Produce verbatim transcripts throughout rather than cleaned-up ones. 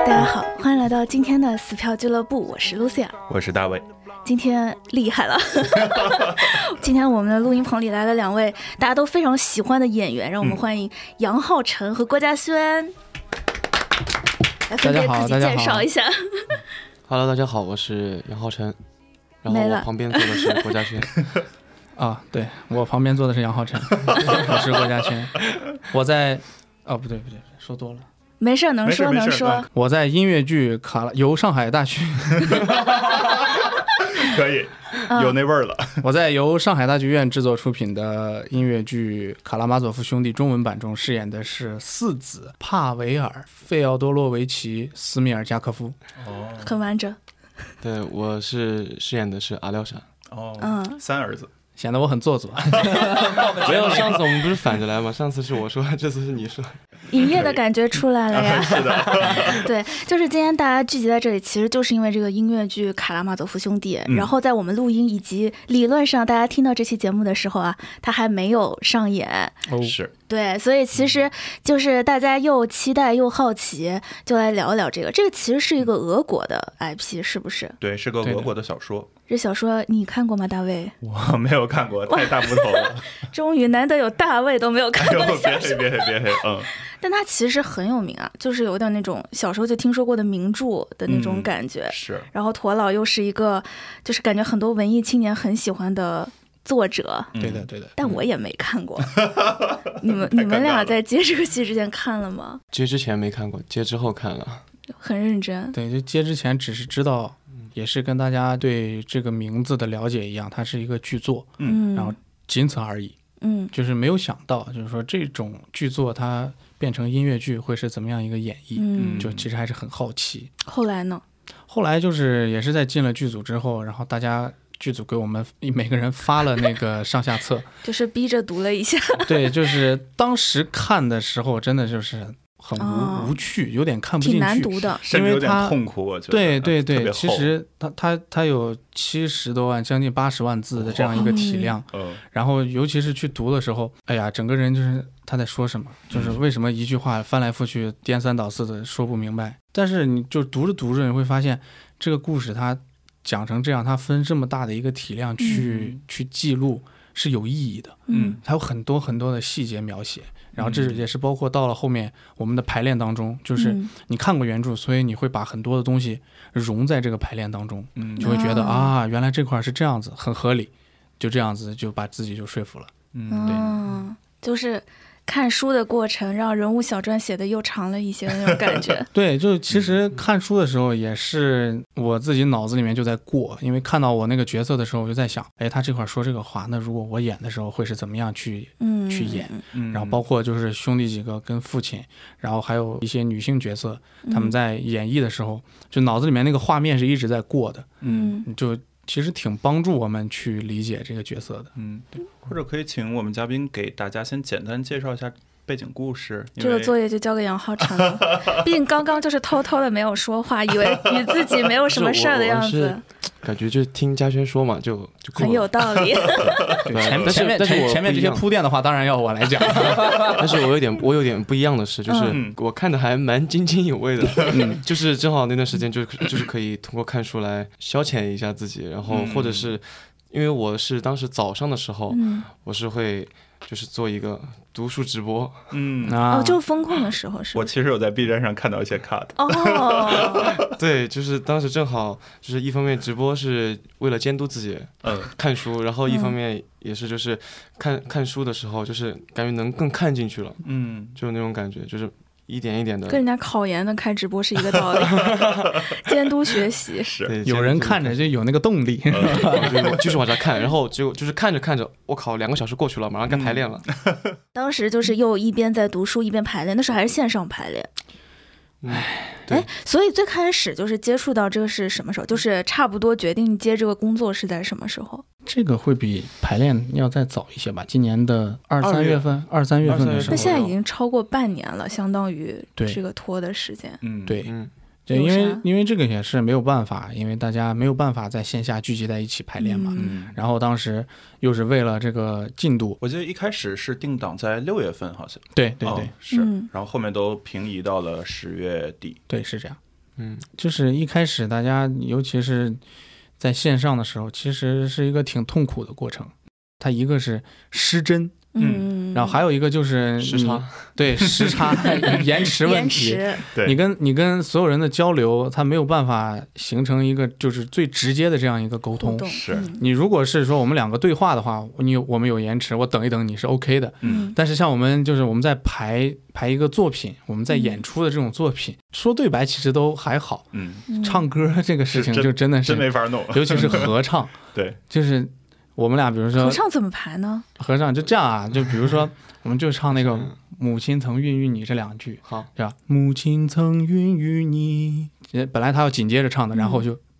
家好，欢迎来到今天的撕票俱乐部，我是 Lucia， 我是大卫。 今天厉害了今天我们的录音棚里来了两位大家都非常喜欢的演员，让我们欢迎杨浩辰和郭嘉轩、嗯、来分别自己介绍一下。 Hello， 大家好，我是杨浩辰，然后我旁边坐的是郭嘉轩啊，对，我旁边坐的是杨浩辰我是郭嘉轩，我在哦不对不对说多了， 没事能说能说， 我在音乐剧卡拉由上海大剧可以有那味儿了、 嗯、我在由上海大剧院制作出品的音乐剧《卡拉马佐夫兄弟》中文版中饰演的是四子帕维尔、费奥多洛维奇、斯米尔加科夫。 哦， 很完整。 对，我是饰演的是阿廖沙。 哦，嗯，三儿子， 显得我很做作没有，上次我们不是反着来吗？上次是我说，这次是你说。 营业的感觉出来了呀是的对，就是今天大家聚集在这里，其实就是因为这个音乐剧《卡拉马佐夫兄弟》、嗯、然后在我们录音以及理论上大家听到这期节目的时候啊，它还没有上演。 哦，是。 对，所以其实就是大家又期待又好奇，就来聊一聊这个。这个其实是一个俄国的 I P， 是不是？ 对，是个俄国的小说。 这小说你看过吗，大卫？ 我没有看过，太大部头了。 终于难得有大卫都没有看过的小说。 哎、别黑别黑别黑，嗯。 但它其实很有名啊，就是有点那种小时候就听说过的名著的那种感觉。 嗯、是。 然后陀老又是一个，就是感觉很多文艺青年很喜欢的作者。 对的对的。 但我也没看过。你们你们俩在接这个戏之前看了吗？ 接之前没看过，接之后看了。 很认真。 对，就接之前只是知道，也是跟大家对这个名字的了解一样，它是一个剧作， 嗯， 然后仅此而已。 嗯， 就是没有想到，就是说这种剧作它变成音乐剧会是怎么样一个演绎， 嗯， 就其实还是很好奇。 后来呢？ 后来就是也是在进了剧组之后，然后大家剧组给我们每个人发了那个上下册， 就是逼着读了一下。 对，就是当时看的时候，真的就是很无、哦、无趣，有点看不进去， 挺难读的， 甚至有点痛苦。我觉得对对对，其实它它它有七十多万，将近八十万字的这样一个体量， 嗯， 然后尤其是去读的时候，哎呀，整个人就是他在说什么，就是为什么一句话翻来覆去、颠三倒四的说不明白。但是你就读着读着，你会发现这个故事它讲成这样，它分这么大的一个体量去、嗯、去记录是有意义的， 嗯， 它有很多很多的细节描写。然后这也是包括到了后面我们的排练当中，就是你看过原著，所以你会把很多的东西融在这个排练当中，就会觉得啊，原来这块是这样子，很合理，就这样子就把自己就说服了。 嗯，对，就是看书的过程让人物小传写的又长了一些那种感觉。 对，就其实看书的时候也是我自己脑子里面就在过，因为看到我那个角色的时候我就在想，哎，他这块说这个话，那如果我演的时候会是怎么样去、嗯、去演、嗯、然后包括就是兄弟几个跟父亲，然后还有一些女性角色、嗯、他们在演绎的时候，就脑子里面那个画面是一直在过的， 嗯， 就其实挺帮助我们去理解这个角色的。 嗯，或者可以请我们嘉宾给大家先简单介绍一下背景故事。 这个作业就交给杨浩辰了，毕竟刚刚就是偷偷的没有说话，以为与自己没有什么事儿的样子。 感觉就听嘉轩说嘛，就就很有道理。 前前面前面这些铺垫的话，当然要我来讲。 但是我有点我有点不一样的是，就是我看的还蛮津津有味的，嗯，就是正好那段时间就就是可以通过看书来消遣一下自己，然后或者是因为我是当时早上的时候，嗯、我是会就是做一个读书直播， 嗯啊，哦，就封控的时候是。 我其实有在 B 站上看到一些 cut。 哦， 对，就是当时正好就是一方面直播是为了监督自己，嗯，看书，然后一方面也是就是看、嗯、看书的时候，就是感觉能更看进去了，嗯，就是那种感觉，就是一点一点的， 跟人家考研的开直播是一个道理。监督学习是有人看着就有那个动力， 就继续往下看，然后就就是看着看着，我靠，两个小时过去了，马上该排练了。 嗯、当时就是又一边在读书一边排练，那时候还是线上排练。 哎， 哎，所以最开始就是接触到这个是什么时候？就是差不多决定接这个工作是在什么时候？ 这个会比排练要再早一些吧？今年的二三月份，二三月份的时候。 那现在已经超过半年了，相当于这个拖的时间。 嗯，对，嗯。对，因为因为这个也是没有办法，因为大家没有办法在线下聚集在一起排练嘛。嗯、然后当时又是为了这个进度， 我记得一开始是定档在六月份，好像。 对对对， 哦、是、嗯。然后后面都平移到了十月底。 对，是这样。 嗯，就是一开始大家尤其是在线上的时候，其实是一个挺痛苦的过程。它一个是失真，嗯，然后还有一个就是时差， 对时差延迟问题，你跟你跟所有人的交流，它没有办法形成一个就是最直接的这样一个沟通。 是你如果是说我们两个对话的话，你有我们有延迟，我等一等你是 OK 的，嗯。但是像我们就是我们在排排一个作品，我们在演出的这种作品，嗯、说对白其实都还好，嗯，唱歌这个事情就真的是真没法弄， 尤其是合唱， 对， 就是。我们俩比如说合唱怎么排呢？ 合唱就这样啊，就比如说我们就唱那个母亲曾孕育你这两句， 好， 是吧？母亲曾孕育你，本来他要紧接着唱的，然后就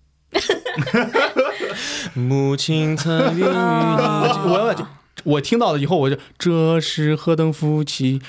母亲曾孕育你， 我我听到了以后我就这是何等福气。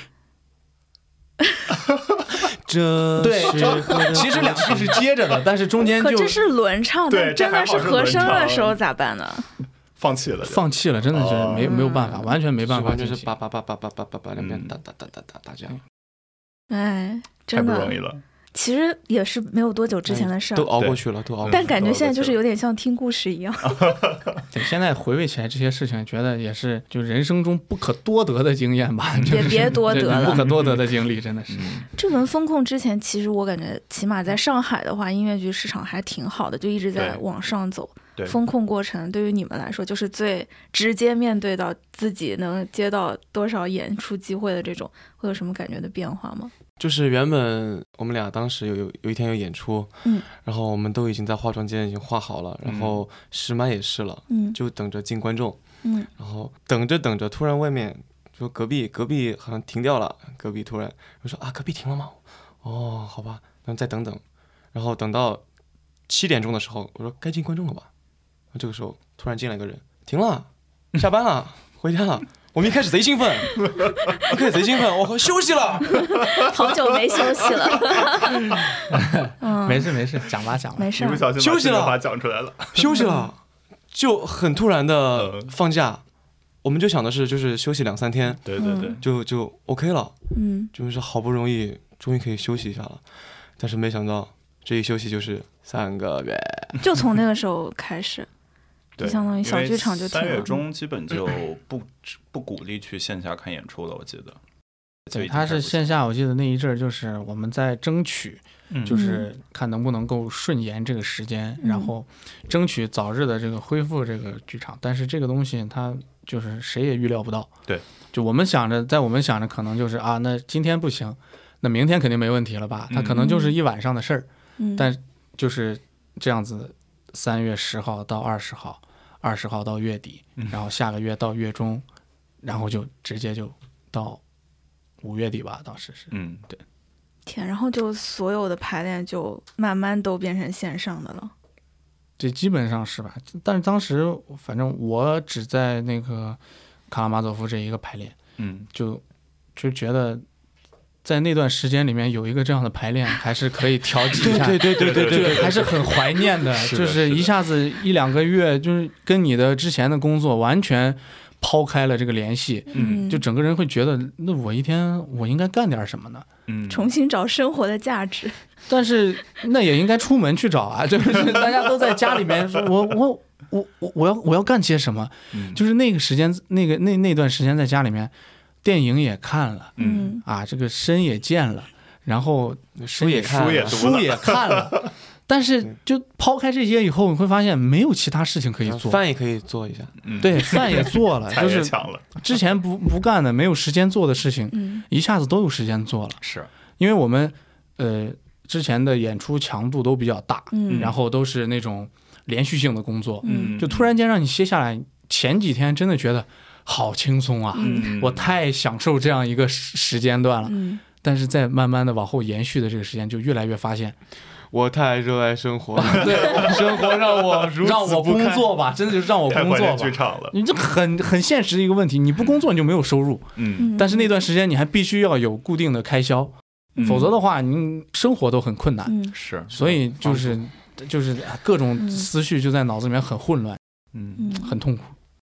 这对，其实两句是接着的，但是中间就可这是轮唱， 对， 真的是和声的时候咋办呢？ 放弃了， 放弃了，真的是没、哦、没有办法，完全没办法， 完全是叭叭叭叭叭叭叭叭两边打打打打打打这样。 哎，真的太不容易了。 其实也是没有多久之前的事儿、 哎，都熬过去了，都熬过去了。 但感觉现在就是有点像听故事一样。 对，现在回味起来这些事情，觉得也是就人生中不可多得的经验吧。 也别多得了， 不可多得的经历，真的是。 嗯、这轮风控之前，其实我感觉起码在上海的话，音乐剧市场还挺好的，就一直在往上走。风控过程对于你们来说，就是最直接面对到自己能接到多少演出机会的这种，会有什么感觉的变化吗？ 就是原本我们俩当时有有有一天有演出，嗯，然后我们都已经在化妆间已经化好了，然后试麦也试了，嗯，就等着进观众，嗯，然后等着等着，突然外面说隔壁隔壁好像停掉了，隔壁突然我说啊隔壁停了吗？哦，好吧，那再等等，然后等到七点钟的时候，我说该进观众了吧？这个时候突然进来一个人，停了，下班了，回家了。我们一开始贼兴奋，一开始贼兴奋，我休息了， 好久没休息了。 嗯、没事没事，讲吧讲吧， 没事。 一不小心休息了， 讲出来了， 休息了，就很突然的放假，我们就想的是就是休息两三天， 对对对， 就就 OK 了， 嗯， 就是好不容易终于可以休息一下了，但是没想到这一休息就是三个月， 就从那个时候开始。就相当于小剧场就停了。 三月中基本就不不鼓励去线下看演出了，我记得。 对，他是线下，我记得那一阵就是我们在争取，嗯、就是看能不能够顺延这个时间，嗯、然后争取早日的这个恢复这个剧场。但是这个东西它就是谁也预料不到。 对， 就我们想着，在我们想着可能就是啊，那今天不行，那明天肯定没问题了吧？它可能就是一晚上的事儿。嗯、但就是这样子，三月十号到二十号。二十号到月底，然后下个月到月中，然后就直接就到五月底吧，当时是， 嗯， 对。 天，然后就所有的排练就慢慢都变成线上的了。 这基本上是吧？但是当时反正我只在那个卡拉马佐夫这一个排练，嗯，就就觉得。在那段时间里面有一个这样的排练，还是可以调剂一下， 对对对对对对， 还是很怀念的。就是一下子一两个月，就是跟你的之前的工作完全抛开了这个联系，嗯，就整个人会觉得，那我一天我应该干点什么呢？ 嗯，重新找生活的价值。 但是那也应该出门去找啊，就是大家都在家里面说，我我我我我要我要干些什么？嗯、就是那个时间，那个那那段时间在家里面。电影也看了，嗯啊，这个身也健了，然后书也看了， 书也看了，但是就抛开这些以后，你会发现没有其他事情可以做， 饭也可以做一下， 嗯、对，饭也做了，就是之前不不干的、没有时间做的事情，嗯、一下子都有时间做了。 是， 因为我们呃之前的演出强度都比较大，嗯、然后都是那种连续性的工作，嗯、就突然间让你歇下来，前几天真的觉得。好轻松啊、嗯！我太享受这样一个时间段了，嗯、但是在慢慢的往后延续的这个时间，就越来越发现， 我太热爱生活了。 对，生活让我如此让我工作吧，真的就是让我工作吧。 剧场了， 你这很很现实的一个问题，你不工作你就没有收入，嗯，但是那段时间你还必须要有固定的开销，嗯、否则的话你生活都很困难。 嗯、 是， 所以就是就是各种思绪就在脑子里面很混乱，嗯，很痛苦。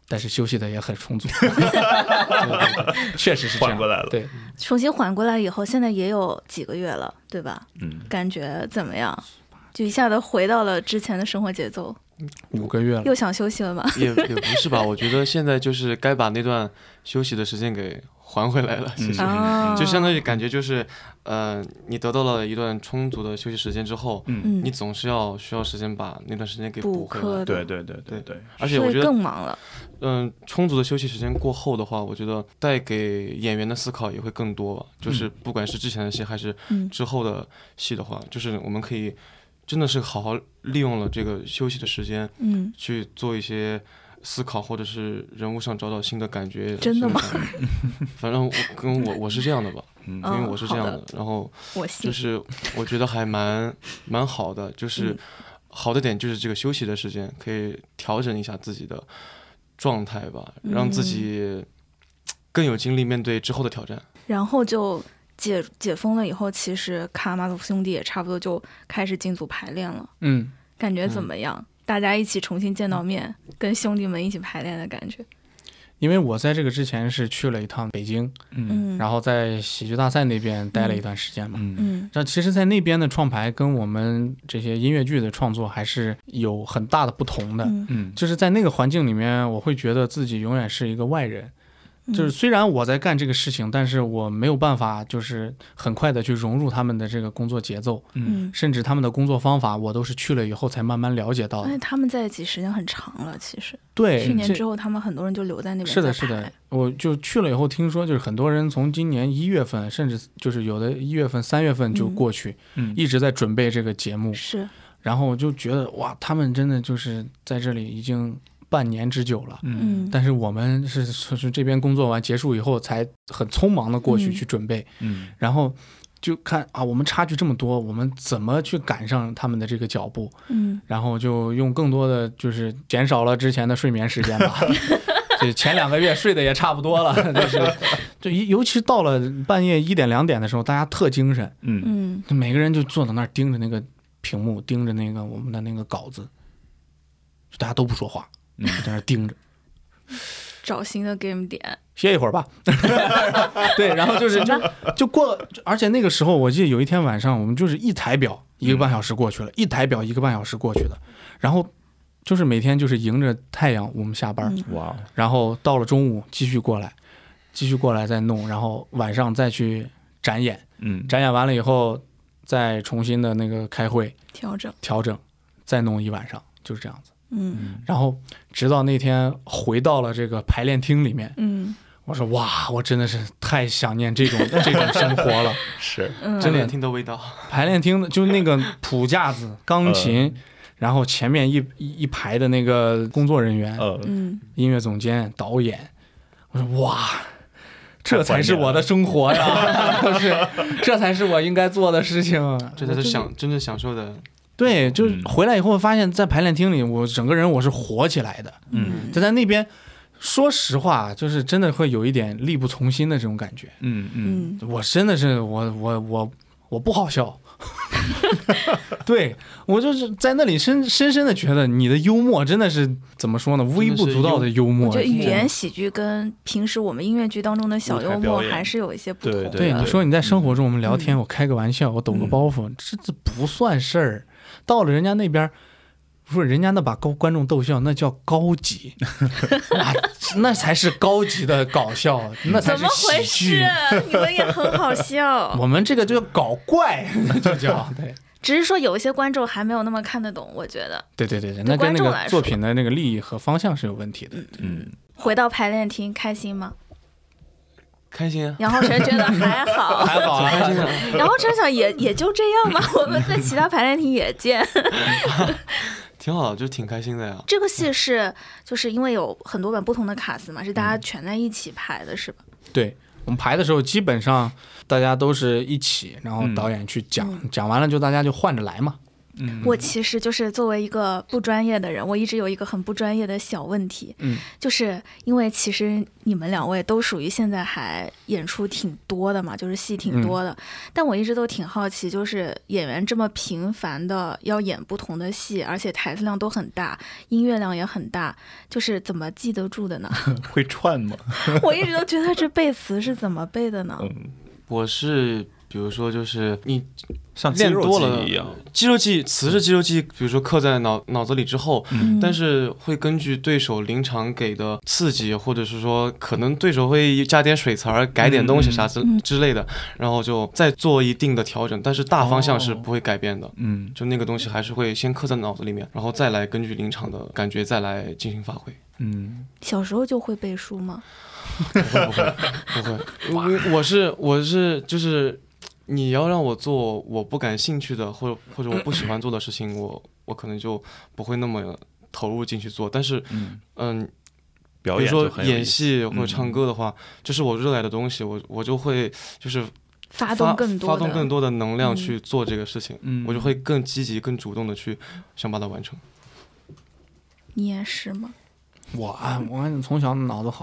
但是休息的也很充足。对对对，确实是这样， 缓过来了。 对， 重新缓过来以后，现在也有几个月了，对吧？ 嗯， 感觉怎么样？就一下子回到了之前的生活节奏。 五个月了， 又想休息了吗？ 也也不是吧，我觉得现在就是该把那段休息的时间给还回来了，其实、 嗯、 就相当于感觉就是，呃，你得到了一段充足的休息时间之后， 嗯， 你总是要需要时间把那段时间给补回来。 对对对对对， 而且我觉得更忙了。 嗯，充足的休息时间过后的话，我觉得带给演员的思考也会更多吧。就是不管是之前的戏还是之后的戏的话，嗯、就是我们可以真的是好好利用了这个休息的时间，嗯，去做一些思考，或者是人物上找到新的感觉。 真的吗？ 反正我跟我我是这样的吧，嗯，因为我是这样的。 哦、 然后就是我觉得还蛮蛮好的，就是好的点就是这个休息的时间可以调整一下自己的状态吧，让自己更有精力面对之后的挑战。 然后就解解封了以后，其实卡马佐夫兄弟也差不多就开始进组排练了。 嗯， 感觉怎么样？嗯、大家一起重新见到面，嗯、跟兄弟们一起排练的感觉。 因为我在这个之前是去了一趟北京，嗯，然后在喜剧大赛那边待了一段时间嘛，嗯，那其实，在那边的创排跟我们这些音乐剧的创作还是有很大的不同的，嗯，就是在那个环境里面，我会觉得自己永远是一个外人。就是虽然我在干这个事情，但是我没有办法就是很快的去融入他们的这个工作节奏，嗯，甚至他们的工作方法我都是去了以后才慢慢了解到的。 而且他们在一起时间很长了，其实对， 去年之后他们很多人就留在那边。 是的是的，我就去了以后听说就是很多人从今年一月份，甚至就是有的一月份三月份就过去，嗯，一直在准备这个节目， 是， 然后我就觉得哇，他们真的就是在这里已经半年之久了，嗯，但是我们是是这边工作完结束以后才很匆忙的过去、嗯、去准备，嗯，然后就看啊，我们差距这么多，我们怎么去赶上他们的这个脚步，嗯，然后就用更多的就是减少了之前的睡眠时间吧，就前两个月睡的也差不多了，就是就尤其到了半夜一点两点的时候，大家特精神，嗯嗯，每个人就坐在那儿盯着那个屏幕，盯着那个我们的那个稿子，就大家都不说话。就在那盯着， 找新的 game 点， 歇一会儿吧。对，然后就是就就过了，而且那个时候我记得有一天晚上，我们就是一台表一个半小时过去了，嗯、一台表一个半小时过去了，然后就是每天就是迎着太阳我们下班，哇、嗯，然后到了中午继续过来，继续过来再弄，然后晚上再去展演，嗯，展演完了以后再重新的那个开会调整调整，再弄一晚上，就是这样子。嗯，然后直到那天回到了这个排练厅里面，嗯，我说哇，我真的是太想念这种这种生活了， 是， 排练厅的味道。 排练厅的就那个谱架子、钢琴，呃、然后前面一一排的那个工作人员，嗯、呃，音乐总监、导演，我说哇。这才是我的生活呀！就是这才是我应该做的事情， 这才是享真正享受的。 对，就回来以后发现，在排练厅里，我整个人我是活起来的。嗯，就在那边，说实话，就是真的会有一点力不从心的这种感觉。嗯嗯，我真的是我我我我不好笑。对，我就是在那里深深深的觉得你的幽默真的是怎么说呢，微不足道的幽默。 我觉得语言喜剧跟平时我们音乐剧当中的小幽默还是有一些不同的。 对, 对, 对，你说你在生活中我们聊天，嗯、我开个玩笑，我抖个包袱，嗯、这这不算事儿。到了人家那边，不是人家那把高观众逗笑，那叫高级，啊、那才是高级的搞笑，那才是喜剧。 怎么回事？你们也很好笑。 我们这个就叫搞怪，就叫对。 只是说有一些观众还没有那么看得懂，我觉得。 对对对对，那跟那个作品的那个利益和方向是有问题的。 嗯。回到排练厅开心吗？ 开心啊！ 杨浩辰觉得还好， 还好啊，开心啊。 杨浩辰想也也就这样吧，我们在其他排练厅也见。 挺好，就挺开心的呀。 这个戏是就是因为有很多本不同的卡司嘛，是大家全在一起排的，是吧？ 对，我们排的时候基本上大家都是一起，然后导演去讲，嗯、讲完了就大家就换着来嘛。 嗯，我其实就是作为一个不专业的人，我一直有一个很不专业的小问题， 嗯， 就是因为其实你们两位都属于现在还演出挺多的嘛，就是戏挺多的，嗯，但我一直都挺好奇，就是演员这么频繁的要演不同的戏，而且台词量都很大，音乐量也很大，就是怎么记得住的呢？ 会串吗？ 我一直都觉得这背词是怎么背的呢？ 嗯，我是比如说就是你像肌肉记忆一样， 肌肉记忆词是肌肉记忆，比如说刻在脑脑子里之后，嗯，但是会根据对手临场给的刺激，或者是说可能对手会加点水词儿，改点东西啥之、嗯、之类的，然后就再做一定的调整，但是大方向是不会改变的，哦，嗯，就那个东西还是会先刻在脑子里面，然后再来根据临场的感觉再来进行发挥。 嗯， 小时候就会背书吗？ 不会不会不会，我我是我是就是你要让我做我不感兴趣的或者或者我不喜欢做的事情，我我可能就不会那么投入进去做。但是嗯嗯， 表演比如说演戏或者唱歌的话，嗯，就是我热爱的东西，我我就会就是发动更多的发动更多的能量去做这个事情， 嗯， 我就会更积极更主动的去想把它完成。 你也是吗？ 我我从小脑子好，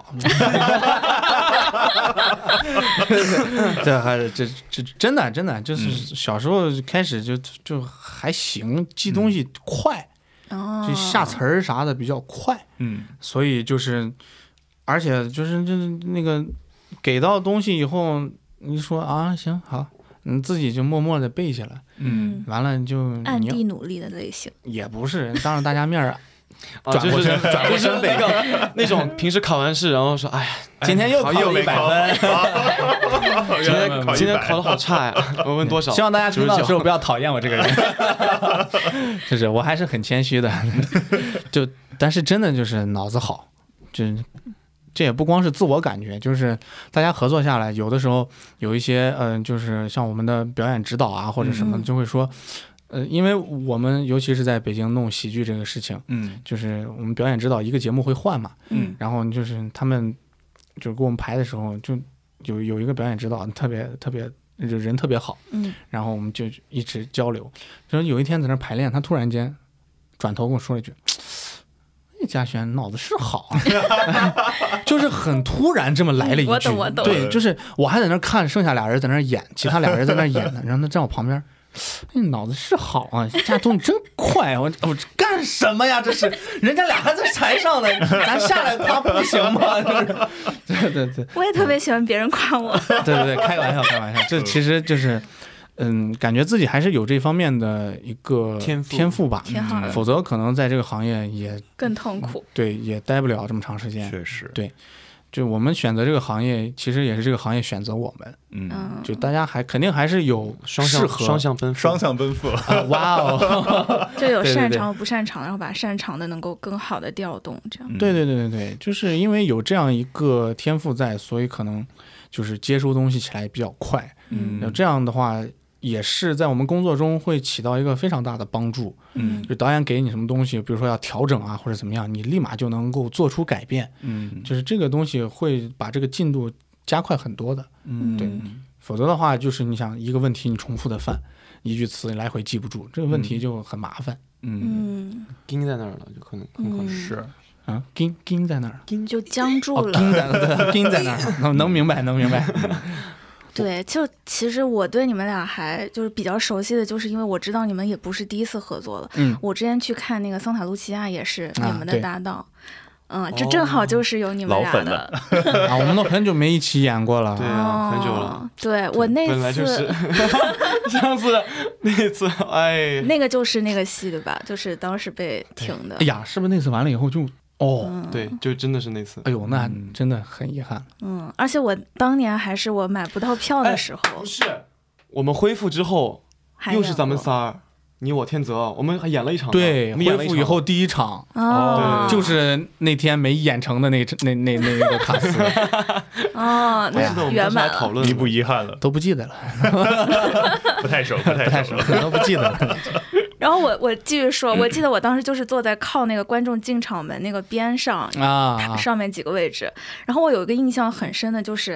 这还这这真的真的就是小时候开始就就还行，记东西快， 嗯， 就下词儿啥的比较快， 嗯， 所以就是而且就是就是那个给到东西以后，你说啊行好，你自己就默默的背下来， 嗯， 完了就暗地努力的类型， 也不是当着大家面儿。 转过身， 啊，转过身背， 那个那种平时考完试，然后说，哎呀， 今天又考了一百分， 今天今天考得好差呀！我问多少？ 希望大家听到的时候不要讨厌我这个人，就是我还是很谦虚的，就但是真的就是脑子好，就这也不光是自我感觉，就是大家合作下来，有的时候有一些嗯、呃，就是像我们的表演指导啊或者什么，就会说。呃，因为我们尤其是在北京弄喜剧这个事情， 嗯， 就是我们表演指导一个节目会换嘛， 嗯， 然后就是他们就给我们排的时候，就有有一个表演指导特别特别就人特别好， 嗯， 然后我们就一直交流。就是有一天在那排练，他突然间转头跟我说了一句：“哎，嘉轩脑子是好啊。”就是很突然这么来了一句， 我懂我懂， 对，就是我还在那看，剩下俩人在那演，其他俩人在那演呢，然后他站我旁边。哎，脑子是好啊，下动真快，我我干什么呀？这是人家俩还在台上呢，咱下来夸不行吗？对对对， 我也特别喜欢别人夸我。 对对对，开玩笑开玩笑，这其实就是嗯，感觉自己还是有这方面的一个天赋天赋吧， 挺好的， 否则可能在这个行业也更痛苦， 对，也待不了这么长时间。 确实， 对。就我们选择这个行业，其实也是这个行业选择我们。 嗯， 就大家还肯定还是有双向双向奔赴， 双向奔赴。 啊、哇哦， 就有擅长和不擅长，然后把擅长的能够更好的调动，这样。 对对对对对，就是因为有这样一个天赋在，所以可能就是接收东西起来比较快。 嗯， 这样的话。也是在我们工作中会起到一个非常大的帮助， 嗯， 就导演给你什么东西，比如说要调整啊或者怎么样，你立马就能够做出改变， 嗯， 就是这个东西会把这个进度加快很多的， 嗯， 对，否则的话就是你想一个问题你重复的犯，一句词来回记不住，这个问题就很麻烦， 嗯， 钉在那儿了，就可能很可能是啊，钉钉在那儿， 钉就僵住了， 钉、哦、在对，钉在那儿，能能明白能明白。 对，就其实我对你们俩还就是比较熟悉的，就是因为我知道你们也不是第一次合作了。 嗯， 我之前去看那个桑塔露琪亚也是你们的搭档，啊、嗯，这正好就是有你们俩的。 的啊，我们都很久没一起演过了。 对啊，很久了。 对我那次本来就是上次那次，哎， 那个就是那个戏对吧？就是当时被停的。 哎呀，是不是那次完了以后就？哦、 嗯， 对，就真的是那次。 哎呦，那真的很遗憾。 嗯，而且我当年还是我买不到票的时候。 哎、不是，我们恢复之后，又是咱们仨，你我天泽，我们还演了一场。 对，恢复以后第一场， 哦， 就是那天没演成的那那那那个卡司。 哦，那圆满了， 弥补遗憾了， 都不记得了， 不太熟，不太熟， 都不记得了。 然后我我继续说，我记得我当时就是坐在靠那个观众进场门那个边上啊， 上面几个位置。然后我有一个印象很深的就是，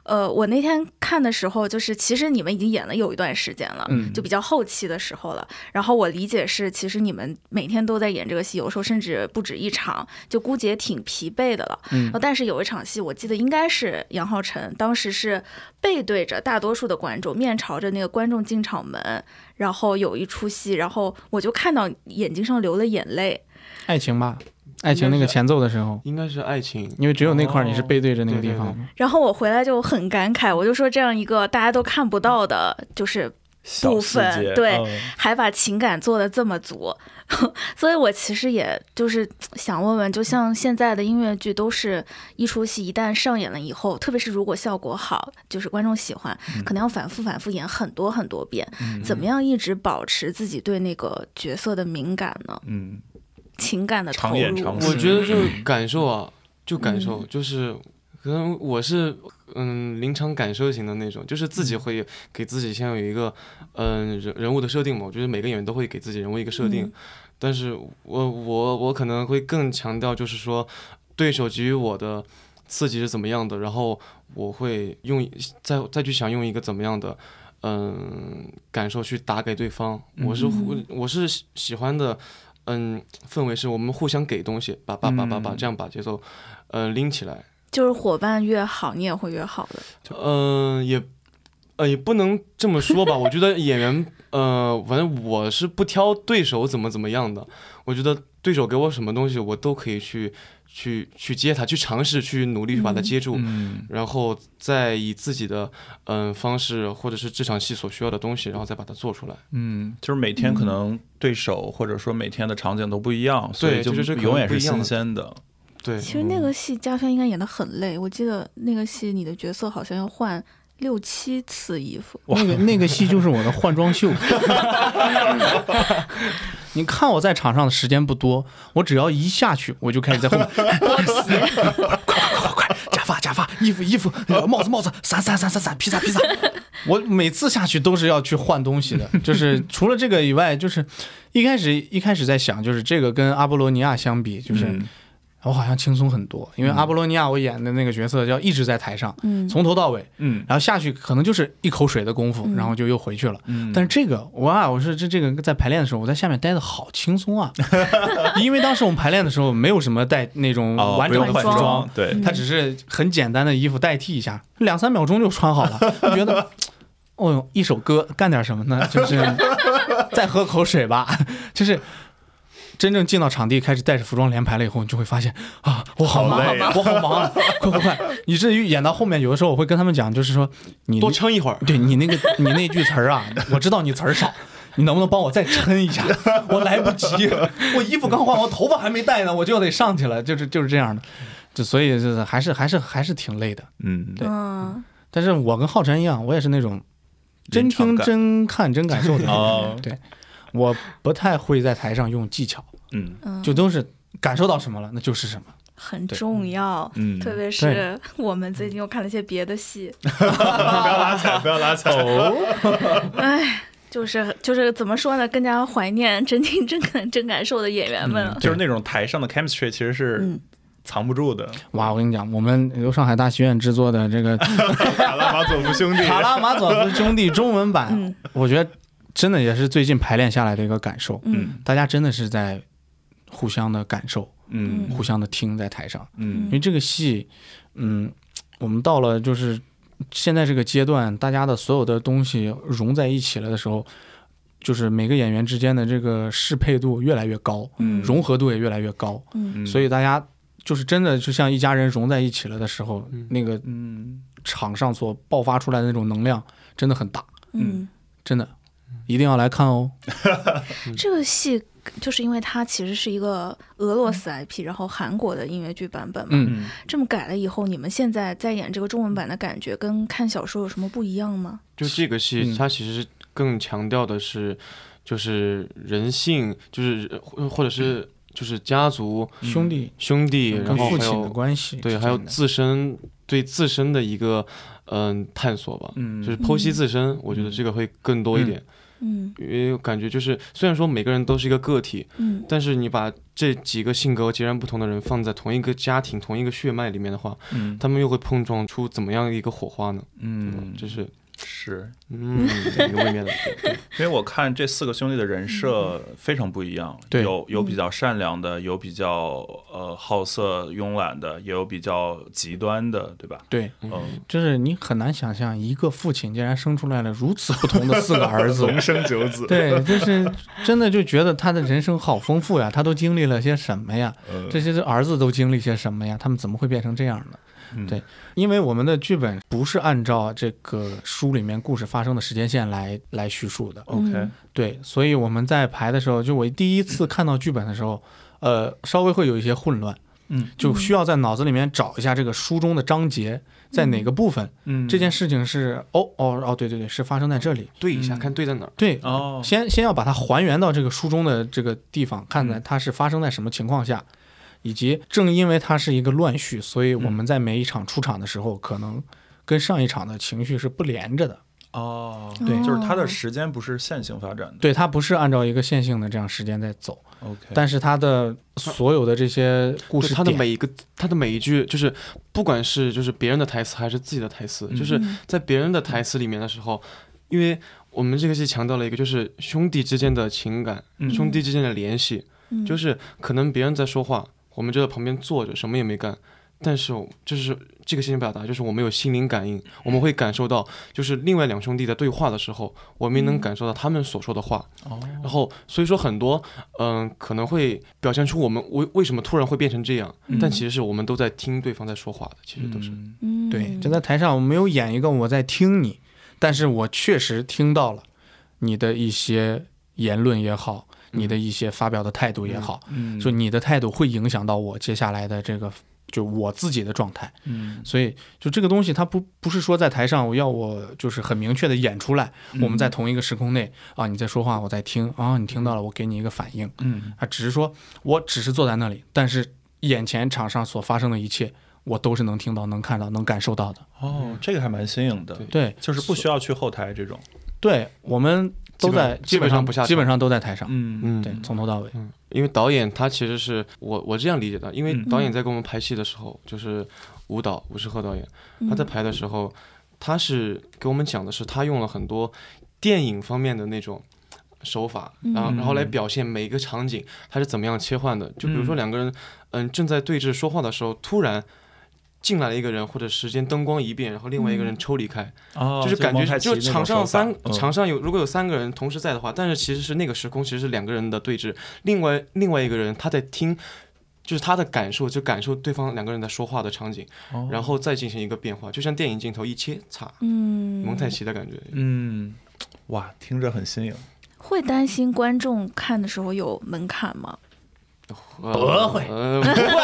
呃，我那天看的时候，就是其实你们已经演了有一段时间了， 嗯， 就比较后期的时候了。然后我理解是，其实你们每天都在演这个戏，有时候甚至不止一场，就估计也挺疲惫的了。 嗯， 但是有一场戏，我记得应该是杨浩辰，当时是背对着大多数的观众，面朝着那个观众进场门，然后有一出戏，然后我就看到眼睛上流了眼泪。 爱情吧。爱情那个前奏的时候应该是爱情， 因为只有那块你是背对着那个地方、哦、对对对。 然后我回来就很感慨，我就说这样一个大家都看不到的就是部分，对、哦、还把情感做得这么足。所以我其实也就是想问问，就像现在的音乐剧都是一出戏一旦上演了以后，特别是如果效果好，就是观众喜欢、嗯、可能要反复反复演很多很多遍、嗯、怎么样一直保持自己对那个角色的敏感呢？嗯，情感的投入， 我觉得就感受啊，就感受、嗯、就是可能我是嗯临场感受型的那种，就是自己会给自己先有一个嗯人人物的设定嘛，我觉得每个演员都会给自己人物一个设定、嗯、但是我我我可能会更强调就是说对手给予我的刺激是怎么样的，然后我会用再再去想用一个怎么样的嗯感受去打给对方，我是、嗯、我是喜欢的嗯，氛围是我们互相给东西，把把把把把这样把节奏，呃拎起来。 就是伙伴越好，你也会越好的。 嗯、呃，也，呃也不能这么说吧。我觉得演员，呃，反正我是不挑对手怎么怎么样的。我觉得对手给我什么东西，我都可以去去去接它，去尝试，去努力去把它接住，嗯、然后再以自己的嗯、呃、方式，或者是这场戏所需要的东西，然后再把它做出来。 嗯，就是每天可能对手或者说每天的场景都不一样，所以就永远是新鲜的。 对， 其实那个戏嘉轩应该演得很累，我记得那个戏你的角色好像要换六七次衣服。 那个那个戏就是我的换装秀。你看我在场上的时间不多，我只要一下去我就开始在后面快快快快，假发假发，衣服衣服，帽子帽子，闪闪闪闪闪，披萨披萨。我每次下去都是要去换东西的，就是除了这个以外，就是一开始一开始在想，就是这个跟阿波罗尼亚相比，就是、嗯我好像轻松很多，因为阿波罗尼亚我演的那个角色叫一直在台上，嗯，从头到尾，嗯，然后下去可能就是一口水的功夫，嗯、然后就又回去了，嗯，但是这个哇，我说这这个在排练的时候，我在下面待的好轻松啊，因为当时我们排练的时候没有什么带那种完整的服装， 哦、对， 它只是很简单的衣服代替一下，两三秒钟就穿好了，我觉得，哦哟，一首歌干点什么呢？就是再喝口水吧，就是。真正进到场地开始带着服装连排了以后，你就会发现啊，我好忙， 好我好忙，快快快！以至于演到后面，有的时候我会跟他们讲，就是说你多撑一会儿， 对你那个你那句词儿啊，我知道你词儿少，你能不能帮我再撑一下？我来不及，我衣服刚换，我头发还没戴呢，我就得上去了，就是就是这样的，就所以就是还是还是还是挺累的， 嗯， 对。但是我跟浩辰一样，我也是那种真听真看真感受的人，对。我不太会在台上用技巧，嗯，就都是感受到什么了，那就是什么， 很重要。嗯，特别是我们最近又看了些别的戏， 不要拉踩，不要拉踩。 哎，就是就是怎么说呢，更加怀念真听真感真感受的演员们了。 嗯、就是那种台上的 chemistry 其实是藏不住的。 嗯、哇，我跟你讲，我们由上海大戏院制作的这个卡拉马佐夫兄弟， 卡拉马佐夫兄弟中文版，嗯、我觉得。真的也是最近排练下来的一个感受，嗯，大家真的是在互相的感受，嗯，互相的听在台上，嗯，因为这个戏，嗯，我们到了就是现在这个阶段，大家的所有的东西融在一起了的时候，就是每个演员之间的这个适配度越来越高，嗯，融合度也越来越高，嗯，所以大家就是真的就像一家人融在一起了的时候，嗯、那个嗯场上所爆发出来的那种能量真的很大，嗯，真的。一定要来看哦！ 这个戏就是因为它其实是一个俄罗斯 I P， 然后韩国的音乐剧版本嘛。嗯，这么改了以后，你们现在在演这个中文版的感觉跟看小说有什么不一样吗？ 就这个戏，它其实更强调的是，就是人性，就是或者是就是家族、 嗯、兄弟、 兄弟，然后父亲的关系， 对，还有自身对自身的一个嗯、呃、探索吧，嗯，就是剖析自身，嗯、我觉得这个会更多一点。 嗯嗯，因为感觉就是虽然说每个人都是一个个体，嗯，但是你把这几个性格截然不同的人放在同一个家庭、同一个血脉里面的话，嗯，他们又会碰撞出怎么样一个火花呢？嗯，这是。 是， 嗯，未免的， 因为我看这四个兄弟的人设非常不一样， 对， 有有比较善良的，有比较呃好色慵懒的，也有比较极端的，对吧？ 对，嗯，就是你很难想象一个父亲竟然生出来了如此不同的四个儿子， 龙生九子， 对，就是真的就觉得他的人生好丰富呀，他都经历了些什么呀？嗯、这些儿子都经历些什么呀？他们怎么会变成这样呢？对，因为我们的剧本不是按照这个书里面故事发生的时间线来来叙述的。 OK， 对，所以我们在排的时候，就我第一次看到剧本的时候，呃，稍微会有一些混乱，嗯，就需要在脑子里面找一下这个书中的章节在哪个部分，嗯，这件事情是哦哦哦，对对对，是发生在这里， 对一下看对在哪儿， 对，哦，先先要把它还原到这个书中的这个地方，看看它是发生在什么情况下。以及正因为它是一个乱序，所以我们在每一场出场的时候，可能跟上一场的情绪是不连着的。 哦，对，就是它的时间不是线性发展的， 对，它不是按照一个线性的这样时间在走。 OK， 但是它的所有的这些故事点， 它的每一个，它的每一句，就是不管是就是别人的台词还是自己的台词，嗯、就是在别人的台词里面的时候，因为我们这个戏强调了一个就是兄弟之间的情感，嗯、兄弟之间的联系，嗯、就是可能别人在说话。我们就在旁边坐着，什么也没干，但是就是这个心情表达，就是我们有心灵感应，我们会感受到，就是另外两兄弟在对话的时候，我们能感受到他们所说的话。哦、嗯，然后所以说很多，嗯、呃，可能会表现出我们为为什么突然会变成这样，嗯、但其实是我们都在听对方在说话的，其实都是。 嗯，对，就在台上我没有演一个我在听你，但是我确实听到了你的一些言论也好。你的一些发表的态度也好，嗯，就你的态度会影响到我接下来的这个，就我自己的状态，嗯，所以就这个东西，它不不是说在台上我要我就是很明确的演出来，嗯、我们在同一个时空内啊，你在说话，我在听啊，你听到了，我给你一个反应，嗯，啊，只是说我只是坐在那里，但是眼前场上所发生的一切，我都是能听到、能看到、能感受到的。 哦，这个还蛮新颖的， 对， 就是不需要去后台这种， 对我们。都在基本上不下， 基本上都在台上， 嗯嗯，对，从头到尾。 嗯，因为导演他其实是我我这样理解的，因为导演在跟我们排戏的时候，嗯、就是吴导吴世赫导演，他在排的时候，他是给我们讲的是他用了很多电影方面的那种手法，然后然后来表现每一个场景他是怎么样切换的。就比如说两个人嗯正在对峙说话的时候，突然。进来了一个人，或者时间灯光一变，然后另外一个人抽离开， 嗯、 就是感觉就场上三、嗯、场上有如果有三个人同时在的话，但是其实是那个时空其实是两个人的对峙，另外另外一个人他在听，就是他的感受，就感受对方两个人在说话的场景，哦、然后再进行一个变化，就像电影镜头一切，擦，嗯，蒙太奇的感觉， 嗯，哇，听着很新颖。 会担心观众看的时候有门槛吗？ 不会，呃、不会，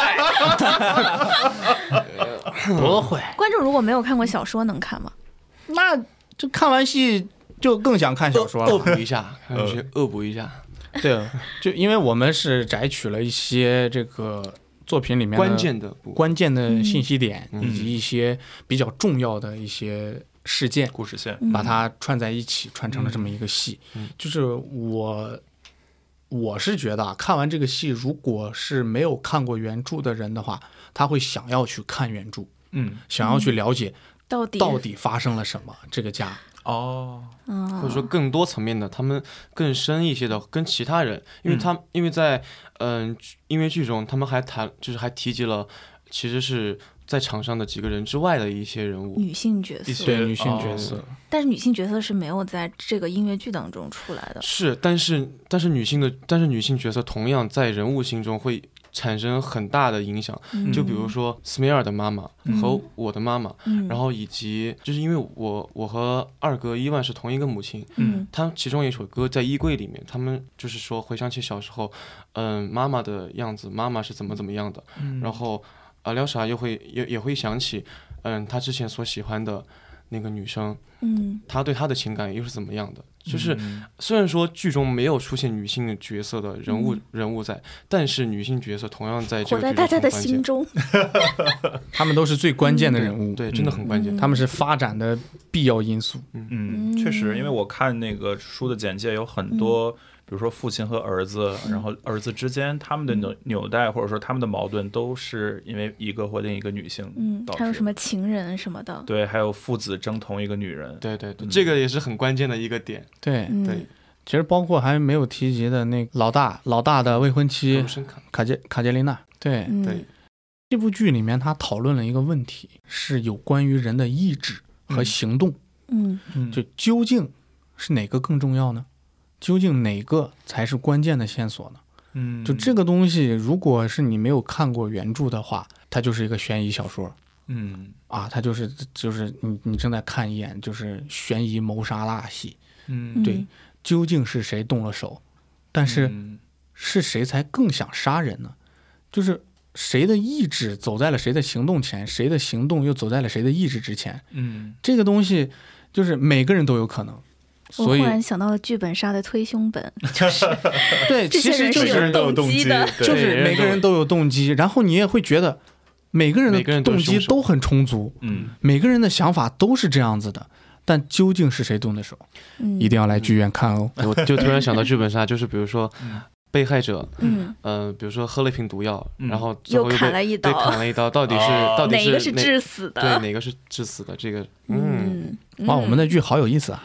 不会。 观众如果没有看过小说，能看吗？ 那就看完戏就更想看小说了， 恶补一下，恶补一下。 对，就因为我们是摘取了一些这个作品里面的关键的关键的信息点，嗯、以及一些比较重要的一些事件、 故事线， 把它串在一起，串成了这么一个戏。嗯、就是我。我是觉得啊，看完这个戏，如果是没有看过原著的人的话，他会想要去看原著，嗯，想要去了解到底到底发生了什么，这个家哦， 或者说更多层面的，他们更深一些的，跟其他人，因为他、嗯、因为在嗯、呃、音乐剧中，他们还谈就是还提及了，其实是在场上的几个人之外的一些人物， 女性角色， 对女性角色、哦， 但是女性角色是没有在这个音乐剧当中出来的。 是，但是但是女性的，但是女性角色同样在人物心中会产生很大的影响。嗯、就比如说斯梅尔的妈妈和我的妈妈，嗯、然后以及就是因为我我和二哥伊万是同一个母亲，嗯，他其中一首歌在衣柜里面，他们就是说回想起小时候，嗯，妈妈的样子，妈妈是怎么怎么样的，嗯、然后。阿廖沙又会也也会想起，嗯，他之前所喜欢的那个女生，嗯，他对她的情感又是怎么样的？ 就是虽然说剧中没有出现女性的角色的人物、嗯、人物在，但是女性角色同样在这个剧中活在大家的心中。 他们都是最关键的人物， 嗯、对，真的很关键、 嗯。他们是发展的必要因素。 嗯，确实，因为我看那个书的简介有很多。嗯，比如说父亲和儿子，然后儿子之间他们的纽纽带或者说他们的矛盾都是因为一个或另一个女性， 嗯，还有什么情人什么的， 对，还有父子争同一个女人， 对对对、嗯，这个也是很关键的一个点， 对、 嗯、 对。其实包括还没有提及的那老大老大的未婚妻卡杰卡杰琳娜，对、 嗯、 对。 这部剧里面他讨论了一个问题，是有关于人的意志和行动， 嗯嗯，就究竟是哪个更重要呢？究竟哪个才是关键的线索呢？ 嗯， 就这个东西，如果是你没有看过原著的话，它就是一个悬疑小说。 嗯啊，它就是就是你你正在看一眼就是悬疑谋杀大戏。 嗯， 对，究竟是谁动了手？但是是谁才更想杀人呢？就是谁的意志走在了谁的行动前，谁的行动又走在了谁的意志之前。 嗯， 这个东西就是每个人都有可能。 我忽然想到了剧本杀的推凶本，就是对，其实就是有动机的， 就是每个人都有动机，然后你也会觉得每个人的动机都很充足， 嗯， 每个人的想法都是这样子的，但究竟是谁动的手， 嗯、 一定要来剧院看哦。 我就突然想到剧本杀，就是比如说。 嗯被害者， 嗯， 呃，比如说喝了一瓶毒药， 嗯、 然后又砍了一刀， 对，砍了一刀，到底是、哦、到底是哪个是致死的？ 对，哪个是致死的？这个，嗯， 嗯哇，我们的剧好有意思啊！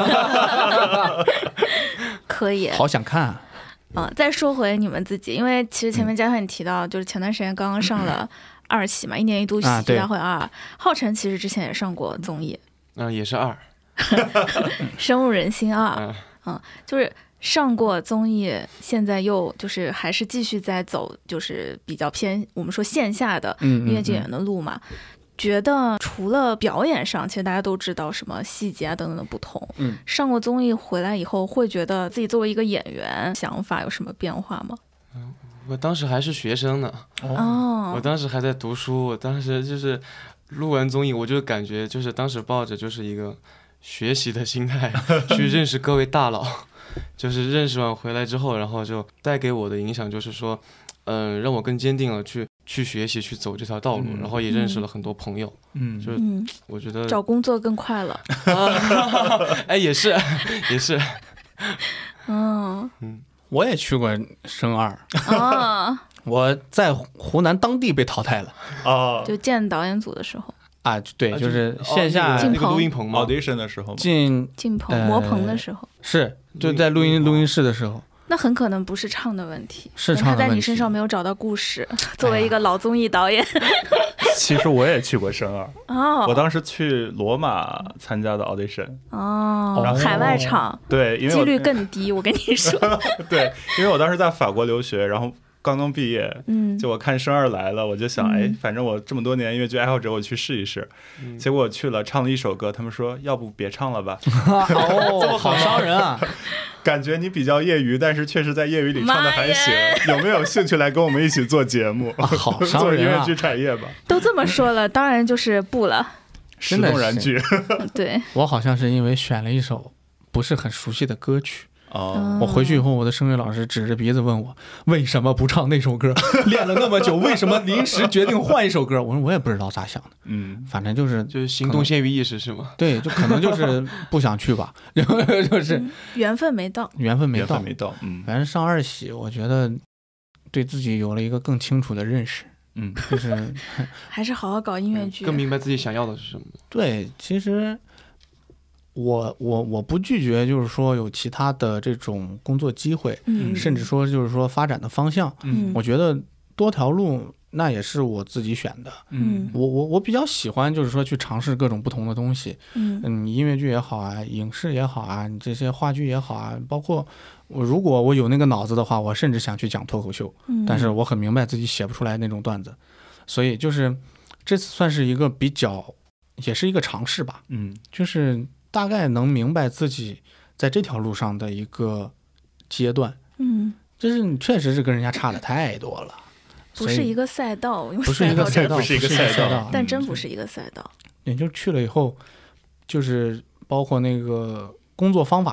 可以， 好想看啊！ 啊，再说回你们自己，因为其实前面嘉禾你提到，就是前段时间刚刚上了二喜嘛，一年一度喜剧大会二，浩辰其实之前也上过综艺， 嗯、呃，也是二， 深入人心二，嗯，就是上过综艺，现在又就是还是继续在走，就是比较偏我们说线下的音乐剧演员的路嘛。嗯嗯嗯，觉得除了表演上，其实大家都知道什么细节啊等等的不同。 嗯， 上过综艺回来以后，会觉得自己作为一个演员，想法有什么变化吗？ 嗯，我当时还是学生呢。 哦， 我当时还在读书，我当时就是录完综艺，我就感觉就是当时抱着就是一个学习的心态去认识各位大佬。就是认识完回来之后，然后就带给我的影响就是说，嗯、呃，让我更坚定了去去学习去走这条道路、嗯，然后也认识了很多朋友， 嗯， 就是我觉得找工作更快了， 哎，也是也是， 嗯嗯，我也去过生二啊， 我在湖南当地被淘汰了啊， 就见导演组的时候。 啊，对，就是线下那个录音棚嘛 ，audition 的时候， 进进棚磨棚的时候， 是就在录音录音室的时候。 那很可能不是唱的问题， 是唱的问题。 他在你身上没有找到故事。作为一个老综艺导演， 其实我也去过生二哦， 我当时去罗马参加的 audition 哦，然后海外场， 对，因为几率更低，我跟你说， 对，因为我当时在法国留学，然后。刚刚毕业， 嗯， 就我看生二来了，我就想，哎，反正我这么多年音乐剧爱好者，我去试一试。嗯、结果我去了，唱了一首歌，他们说，要不别唱了吧？ 哦，这么好伤人啊！ 感觉你比较业余，但是确实在业余里唱的还行。有没有兴趣来跟我们一起做节目？ 啊、好伤人啊！ 做音乐剧产业吧。 都这么说了，当然就是不了。 石动燃剧。 对， 我好像是因为选了一首不是很熟悉的歌曲。 哦， 我回去以后，我的声乐老师指着鼻子问我为什么不唱那首歌，练了那么久，为什么临时决定换一首歌？我说我也不知道咋想的， 嗯， 反正就是就是行动先于意识是吗？ 对，就可能就是不想去吧，然后就是、嗯、 缘分没到， 缘分没到， 缘分没到，嗯， 反正上二喜，我觉得对自己有了一个更清楚的认识， 嗯， 就是还是好好搞音乐剧， 更明白自己想要的是什么。 对，其实。我我我不拒绝，就是说有其他的这种工作机会， 嗯， 甚至说就是说发展的方向， 嗯， 我觉得多条路那也是我自己选的， 嗯， 我我我比较喜欢就是说去尝试各种不同的东西， 嗯嗯，音乐剧也好啊，影视也好啊，你这些话剧也好啊，包括我如果我有那个脑子的话，我甚至想去讲脱口秀， 嗯， 但是我很明白自己写不出来那种段子，所以就是这次算是一个比较，也是一个尝试吧， 嗯， 就是大概能明白自己在这条路上的一个阶段， 嗯， 就是你确实是跟人家差的太多了， 不是一个赛道， 不是一个赛道， 不是一个赛道， 但真不是一个赛道。 你就去了以后，就是包括那个工作方法上，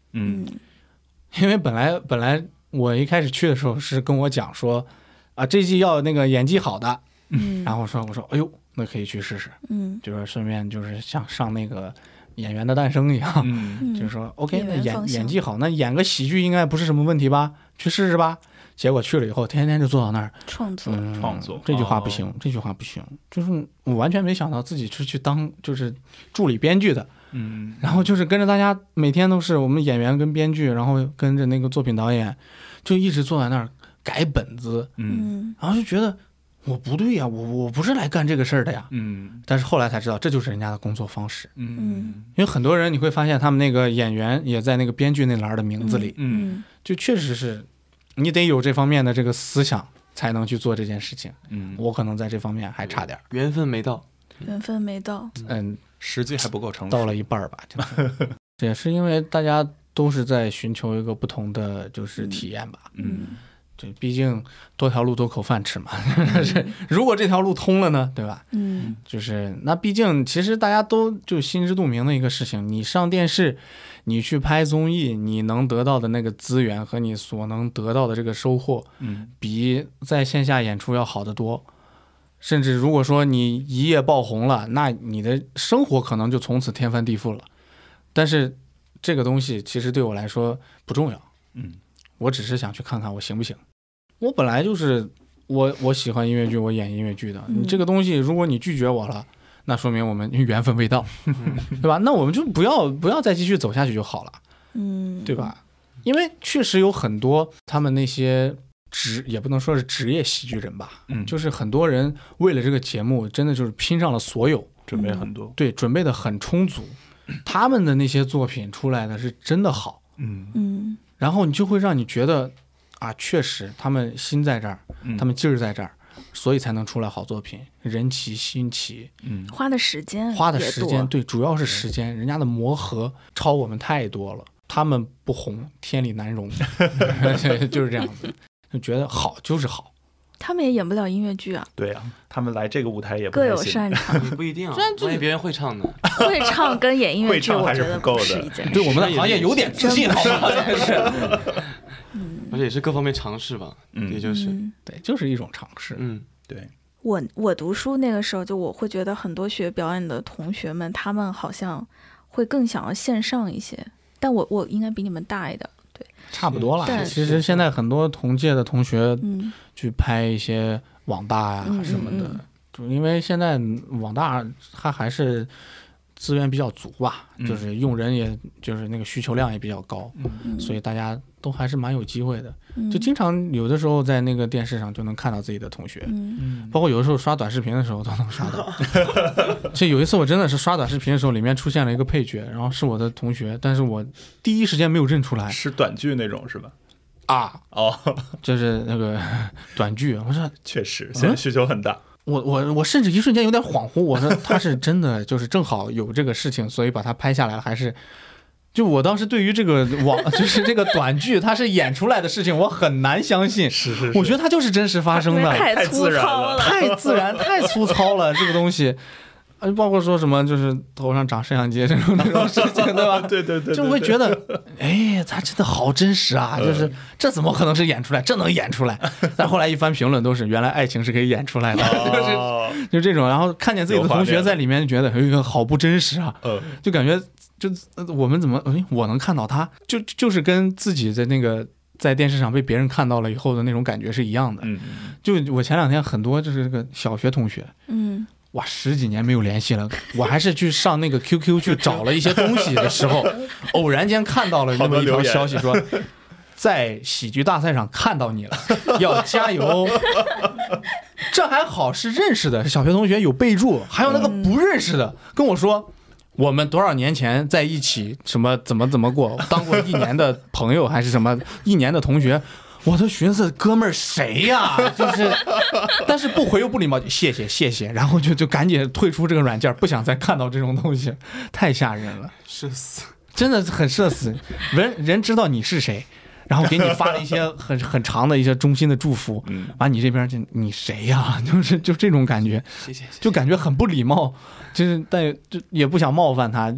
嗯， 因为本来本来我一开始去的时候是跟我讲说，啊，这季要那个演技好的， 嗯， 然后说我说哎呦，那可以去试试， 嗯， 就是顺便就是像上那个演员的诞生一样， 嗯， 就是说 OK， 那演演员方向演技好，那演个喜剧应该不是什么问题吧？去试试吧。结果去了以后，天天就坐到那儿创作， 嗯， 创作这句话不行， 哦这句话不行，就是我完全没想到自己是去当就是助理编剧的， 嗯， 然后就是跟着大家，每天都是我们演员跟编剧，然后跟着那个作品导演，就一直坐在那儿改本子， 嗯， 然后就觉得我不对呀，我我不是来干这个事儿的呀， 嗯， 但是后来才知道这就是人家的工作方式， 嗯， 因为很多人你会发现他们那个演员也在那个编剧那栏的名字里， 嗯， 就确实是你得有这方面的这个思想才能去做这件事情， 嗯， 我可能在这方面还差点， 缘分没到， 缘分没到， 嗯， 时机还不够成熟， 到了一半儿吧，就是也是因为大家都是在寻求一个不同的就是体验吧， 嗯， 对，毕竟多条路多口饭吃嘛，如果这条路通了呢，对吧？ 嗯， 就是那毕竟其实大家都就心知肚明的一个事情，你上电视，你去拍综艺，你能得到的那个资源和你所能得到的这个收获， 嗯， 比在线下演出要好得多。甚至如果说你一夜爆红了，那你的生活可能就从此天翻地覆了。但是这个东西其实对我来说不重要， 嗯， 我只是想去看看我行不行。我本来就是我我喜欢音乐剧，我演音乐剧的。 嗯你这个东西，如果你拒绝我了，那说明我们缘分未到，对吧？那我们就不要不要再继续走下去就好了， 嗯， 对吧？因为确实有很多他们那些职也不能说是职业喜剧人吧， 嗯， 就是很多人为了这个节目，真的就是拼上了所有， 准备很多， 对，准备的很充足。他们的那些作品出来的是真的好， 嗯， 嗯， 然后你就会让你觉得啊，确实他们心在这儿， 嗯他们劲儿在这儿，所以才能出来好作品，人齐心齐， 嗯， 花的时间花的也多时间，对，主要是时间，人家的磨合超我们太多了，他们不红，天理难容，就是这样子，就觉得好就是好。 他们也演不了音乐剧啊， 对啊，他们来这个舞台也不各有太行擅长， 也不一定啊， 然这万一别人会唱呢？ 会唱跟演音乐剧， 会唱还是我觉得不够的是一件事。 对我们的行业有点自信，好吗？真是， 而且也是各方面尝试吧， 嗯也就是， 嗯对，就是一种尝试。 嗯， 对， 我我读书那个时候，就我会觉得很多学表演的同学们，他们好像会更想要线上一些，但我我应该比你们大一点，对， 差不多了。 但其实现在很多同届的同学嗯去拍一些网大呀、 嗯什么的， 嗯嗯就因为现在网大它还是资源比较足吧， 嗯就是用人也就是那个需求量也比较高， 嗯， 所以大家都还是蛮有机会的。 嗯就经常有的时候在那个电视上就能看到自己的同学， 嗯嗯， 包括有的时候刷短视频的时候都能刷到。就有一次我真的是刷短视频的时候，里面出现了一个配角，然后是我的同学，但是我第一时间没有认出来是短剧那种是吧？ 啊， 哦， 就是那个短剧。我说确实，现在需求很大。 我我我甚至一瞬间有点恍惚，我说他是真的就是正好有这个事情，所以把它拍下来了，还是？就我当时对于这个网就是这个短剧它是演出来的事情，我很难相信。 是是是， 我觉得它就是真实发生的， 太粗糙了， 太自然、太粗糙了，这个东西。呃，包括说什么就是头上长摄像机这种那种事情，对吧？ 对对对， 就会觉得，哎，他真的好真实啊！就是这怎么可能是演出来？这能演出来？但后来一番评论都是，原来爱情是可以演出来的，就是就这种。然后看见自己的同学在里面，就觉得哎，好不真实啊！就感觉就我们怎么，哎，我能看到他，就就是跟自己在那个在电视上被别人看到了以后的那种感觉是一样的。 嗯， 就我前两天很多就是这个小学同学， 嗯。 哇，十几年没有联系了，我还是去上那个 Q Q 去找了一些东西的时候，偶然间看到了那么一条消息说，在喜剧大赛上看到你了，要加油。这还好是认识的，是小学同学有备注，还有那个不认识的跟我说，我们多少年前在一起，什么怎么怎么过，当过一年的朋友还是什么一年的同学。我都寻思哥们儿谁呀、啊？就是，但是不回又不礼貌，谢谢谢谢，然后就就赶紧退出这个软件，不想再看到这种东西，太吓人了， 社死， 真的很社死。人人知道你是谁，然后给你发了一些很很长的一些衷心的祝福，完你这边就你谁呀、啊？就是就这种感觉， 谢谢， 就感觉很不礼貌，就是但就也不想冒犯他，就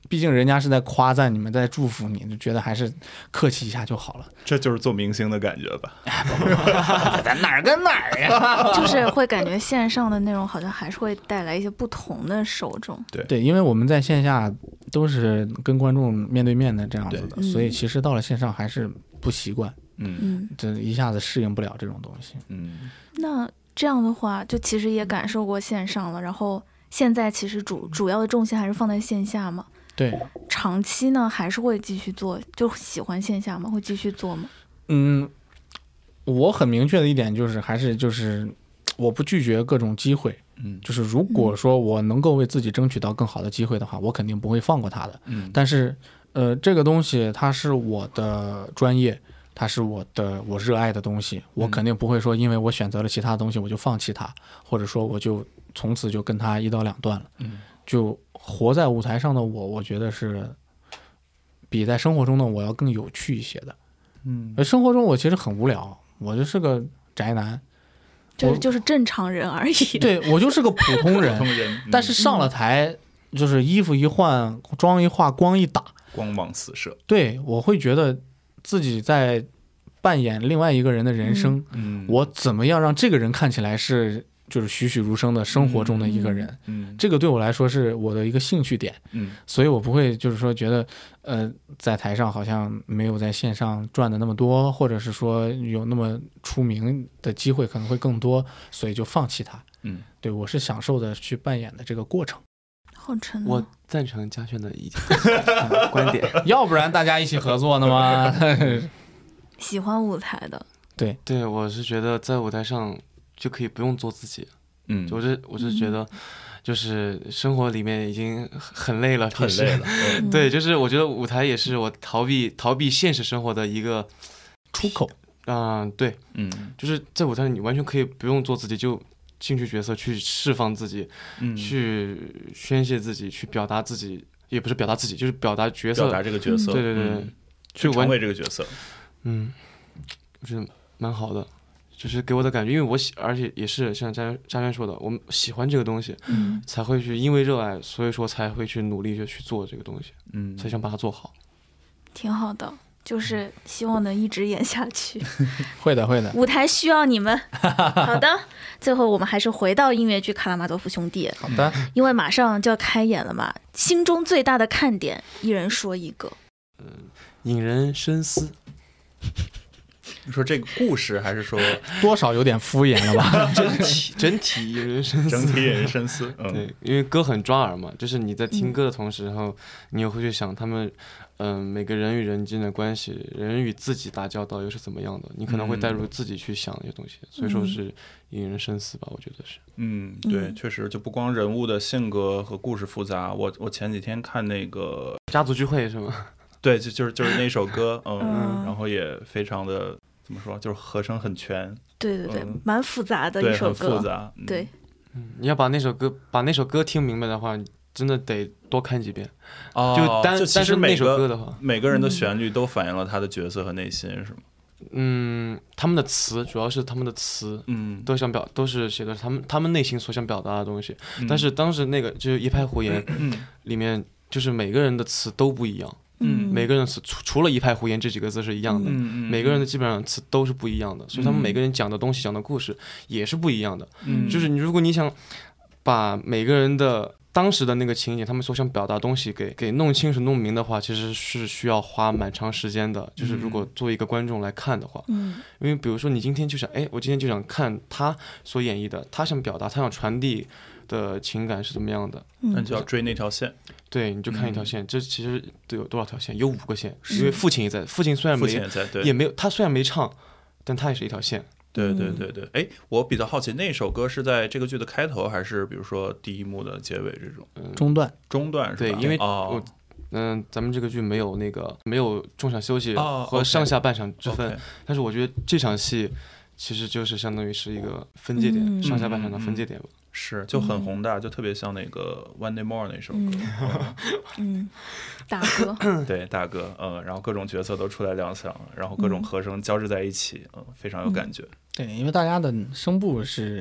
毕竟人家是在夸赞你们，在祝福你，就觉得还是客气一下就好了。 这就是做明星的感觉吧？ 在哪儿跟哪儿呀？ 就是会感觉线上的内容好像还是会带来一些不同的受众。 对对，因为我们在线下都是跟观众面对面的这样子的，所以其实到了线上还是不习惯， 嗯， 这一下子适应不了这种东西。 嗯， 那这样的话，就其实也感受过线上了，然后现在其实主主要的重心还是放在线下嘛。 对， 长期呢还是会继续做，就喜欢线下吗？会继续做吗？ 嗯，我很明确的一点就是，还是就是我不拒绝各种机会。嗯，就是如果说我能够为自己争取到更好的机会的话，我肯定不会放过它的。嗯，但是呃，这个东西它是我的专业，它是我的我热爱的东西，我肯定不会说因为我选择了其他东西我就放弃它，或者说我就从此就跟它一刀两断了。嗯，就活在舞台上的我，我觉得是比在生活中的我要更有趣一些的。嗯，而生活中我其实很无聊，我就是个宅男， 就是就是正常人而已。 对，我就是个普通人， 普通人、嗯、 但是上了台，就是衣服一换，妆一化，光一打， 光芒四射。 对，我会觉得自己在扮演另外一个人的人生。嗯，我怎么样让这个人看起来是就是栩栩如生的生活中的一个人。嗯，嗯这个对我来说是我的一个兴趣点。嗯，所以我不会就是说觉得呃在台上好像没有在线上赚的那么多，或者是说有那么出名的机会可能会更多，所以就放弃它。嗯，对，我是享受的去扮演的这个过程。 好沉、啊、 我赞成嘉轩的意见观点， 要不然大家一起合作呢吗？ 喜欢舞台的， 对对，我是觉得在舞台上就可以不用做自己。嗯，我是我是觉得，就是生活里面已经很累了， 很累了。 嗯、对，就是我觉得舞台也是我逃避逃避现实生活的一个出口。 啊、呃，对，嗯，就是在舞台上你完全可以不用做自己，就进去角色去释放自己，嗯，去宣泄自己，去表达自己，也不是表达自己，就是表达角色， 表达这个角色。 对对对， 嗯、去成为这个角色。 嗯，我觉得蛮好的。就是给我的感觉，因为我喜，而且也是像嘉嘉轩说的，我们喜欢这个东西，嗯，才会去因为热爱，所以说才会去努力就去做这个东西，嗯，才想把它做好。 挺好的，就是希望能一直演下去。 会的，会的， 舞台需要你们。好的，最后我们还是回到音乐剧《卡拉马佐夫兄弟》。 好的， 因为马上就要开演了嘛，心中最大的看点，一人说一个。 嗯，引人深思。 你说这个故事，还是说多少有点敷衍了吧？ 整体整体引人深思， 整体引人深思。嗯、 对，因为歌很抓耳嘛，就是你在听歌的同时，然后你也会去想他们，嗯、呃，每个人与人之间的关系，人与自己打交道又是怎么样的，你可能会带入自己去想一些东西，嗯、所以说是引人深思吧，我觉得是。 嗯，对，确实就不光人物的性格和故事复杂，我我前几天看那个家族聚会是吗？ 对，就就是就是那首歌，嗯，嗯然后也非常的。怎么说？就是和声很全， 对对对，嗯、蛮复杂的一首歌， 对，很复杂。嗯、 对， 嗯，你要把那首歌把那首歌听明白的话，真的得多看几遍。哦，就单就其实每那首歌的话， 每个人的旋律都反映了他的角色和内心，是吗？ 嗯，他们的词主要是他们的词，嗯，都想表都是写的他们他们内心所想表达的东西。嗯、但是当时那个就是一派胡言，嗯，里面就是每个人的词都不一样。嗯，每个人词除除了一派胡言这几个字是一样的，嗯、每个人的基本上词都是不一样的，所以他们每个人讲的东西、讲的故事也是不一样的。嗯，就是你如果你想把每个人的当时的那个情景，他们所想表达的东西给给弄清楚、弄明的话，其实是需要花蛮长时间的。就是如果作为一个观众来看的话，嗯，因为比如说你今天就想，哎，我今天就想看他所演绎的，他想表达、他想传递的情感是怎么样的， 那就要追那条线。 对，你就看一条线，嗯、这其实都有多少条线？有五个线，因为父亲也在。父亲虽然没， 也在，对， 也没有，他虽然没唱，但他也是一条线。 对对对对，哎，我比较好奇，那首歌是在这个剧的开头，还是比如说第一幕的结尾这种？ 嗯、中段， 中段是吧？ 对，因为哦， 嗯、呃，咱们这个剧没有那个没有中场休息和上下半场之分，哦 okay、但是我觉得这场戏其实就是相当于是一个分界点，嗯、上下半场的分界点吧。 是，就很宏大，嗯、就特别像那个 One Day More 那首歌， 嗯，嗯大哥， 对大哥，嗯，然后各种角色都出来亮相，然后各种和声交织在一起，嗯，非常有感觉。 对，因为大家的声部是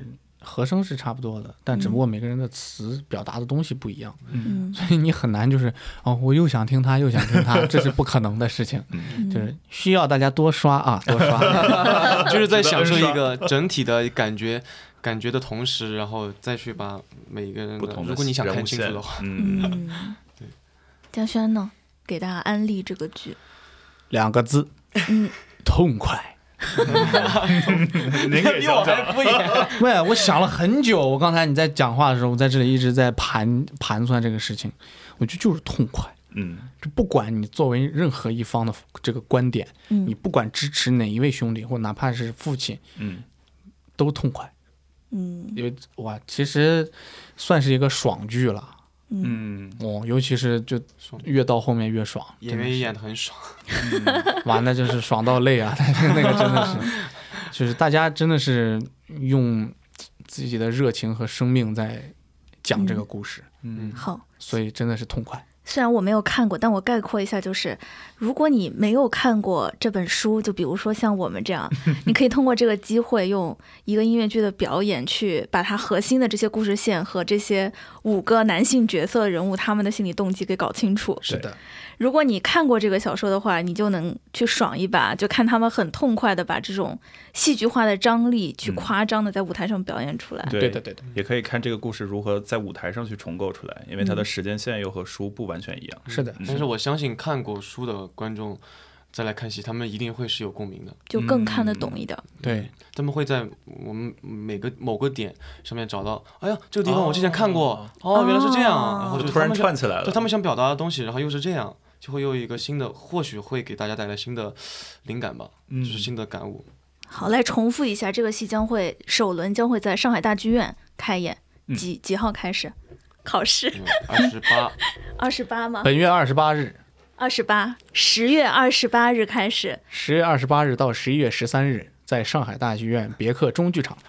和声是差不多的，但只不过每个人的词表达的东西不一样， 嗯， 所以你很难就是哦，我又想听他，又想听他，这是不可能的事情， 嗯、 就是需要大家多刷啊，多刷， 就是在享受一个整体的感觉。感觉的同时，然后再去把每个人的， 的如果你想看清楚的话， 嗯，对。嘉轩呢，给大家安利这个剧， 两个字， 嗯， 痛快。 您给讲讲。 喂，我想了很久，我刚才你在讲话的时候，我在这里一直在盘盘算这个事情，我觉得就是痛快。 嗯， 就不管你作为任何一方的这个观点， 嗯， 你不管支持哪一位兄弟，或哪怕是父亲， 嗯， 都痛快。 嗯， 因为哇，其实算是一个爽剧了。 嗯， 哦，尤其是就越到后面越爽， 演员演得很爽， 嗯、完了就是爽到累啊！那个真的是，就是大家真的是用自己的热情和生命在讲这个故事。 嗯，好， 所以真的是痛快。 虽然我没有看过，但我概括一下，就是如果你没有看过这本书，就比如说像我们这样，你可以通过这个机会用一个音乐剧的表演去把它核心的这些故事线和这些五个男性角色人物他们的心理动机给搞清楚。 是的， 如果你看过这个小说的话，你就能去爽一把，就看他们很痛快的把这种戏剧化的张力去夸张的在舞台上表演出来。 嗯、对的对的， 也可以看这个故事如何在舞台上去重构出来，因为它的时间线又和书不完全一样。 嗯、是的， 但是我相信看过书的观众再来看戏，他们一定会是有共鸣的， 就更看得懂一点。 嗯、对， 他们会在我们每个某个点上面找到，哎呀，这个地方我之前看过，哦，哦原来是这样， 哦、 然后就突然串起来了。 对，他们想表达的东西，然后又是这样，就会有一个新的，或许会给大家带来新的灵感吧，嗯、就是新的感悟。 好，来重复一下，这个戏将会首轮将会在上海大剧院开演， 嗯、 几几号开始？考试？ 二十八。 二十八吗？ 本月二十八日。 二十八，十月二十八日开始。 十月二十八日到十一月十三日，在上海大剧院别克中剧场。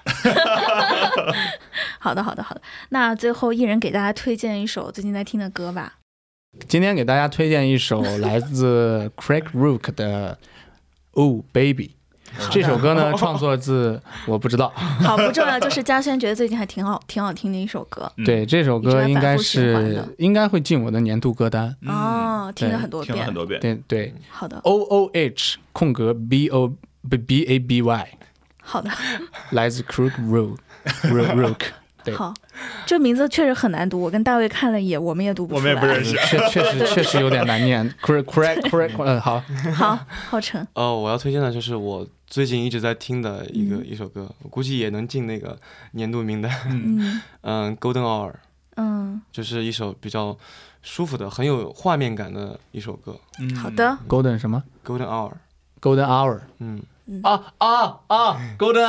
好的，好的，好的。那最后一人给大家推荐一首最近在听的歌吧。 今天给大家推荐一首来自 Craig Rook 的《Oh Baby》。这首歌呢，创作自我不知道， 好不重要，就是嘉轩觉得最近还挺好，挺好听的一首歌。 对，这首歌应该是应该会进我的年度歌单。 哦，听了很多遍， 听了很多遍。 对对， 好的。 O O H 空格 B O B A B Y， 好的， 来自 Craig Rook Rook。 好，这名字确实很难读，我跟大卫看了也，我们也读不出来， 我们也不认识， 确确实确实有点难念。Craig Craig Craig， 呃，好， 好，浩辰。 哦，我要推荐的就是我最近一直在听的一个、嗯、一首歌，我估计也能进那个年度名单。 嗯嗯 ，Golden Hour， 嗯， 就是一首比较舒服的、很有画面感的一首歌。 嗯，好的。 Golden 什么 ？Golden Hour。Golden Hour。 嗯。 啊啊啊 ！Golden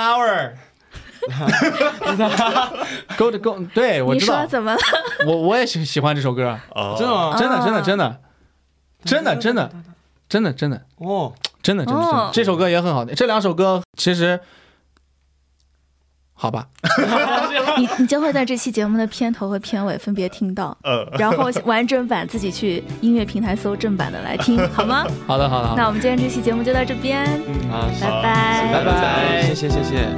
Hour。Golden Golden， 对，我知道。 你说怎么了？ 我我也喜喜欢这首歌， 哦、 真的吗？ 真的真的真的真的真的真的真的哦， 真的真的真的，这首歌也很好听。这两首歌其实，好吧。 你你将会在这期节目的片头和片尾分别听到，然后完整版自己去音乐平台搜正版的来听，好吗？ 好的好的。 那我们今天这期节目就到这边， 嗯，好， 拜拜拜拜，谢谢谢谢。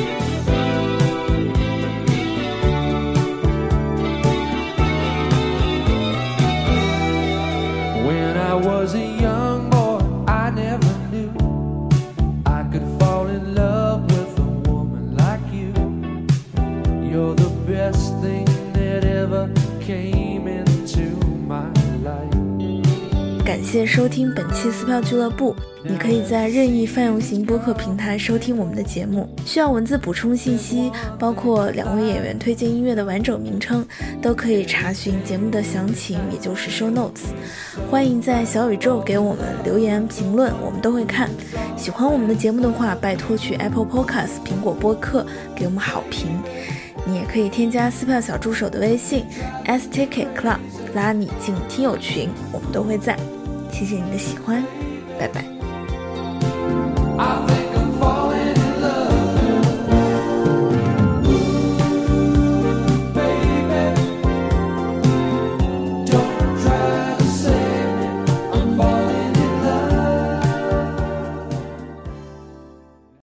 I was a young boy, I never knew I could fall in love with a woman like you. You're the best thing that ever came into my life. 感谢收听本期撕票俱乐部，你可以在任意泛用型播客平台收听我们的节目。需要文字补充信息，包括两位演员推荐音乐的完整名称，都可以查询节目的详情，也就是 show notes。欢迎在小宇宙给我们留言评论，我们都会看。喜欢我们的节目的话，拜托去 Apple Podcast 苹果播客给我们好评。你也可以添加撕票小助手的微信 S T K Club， 拉你进听友群，我们都会在。谢谢你的喜欢，拜拜。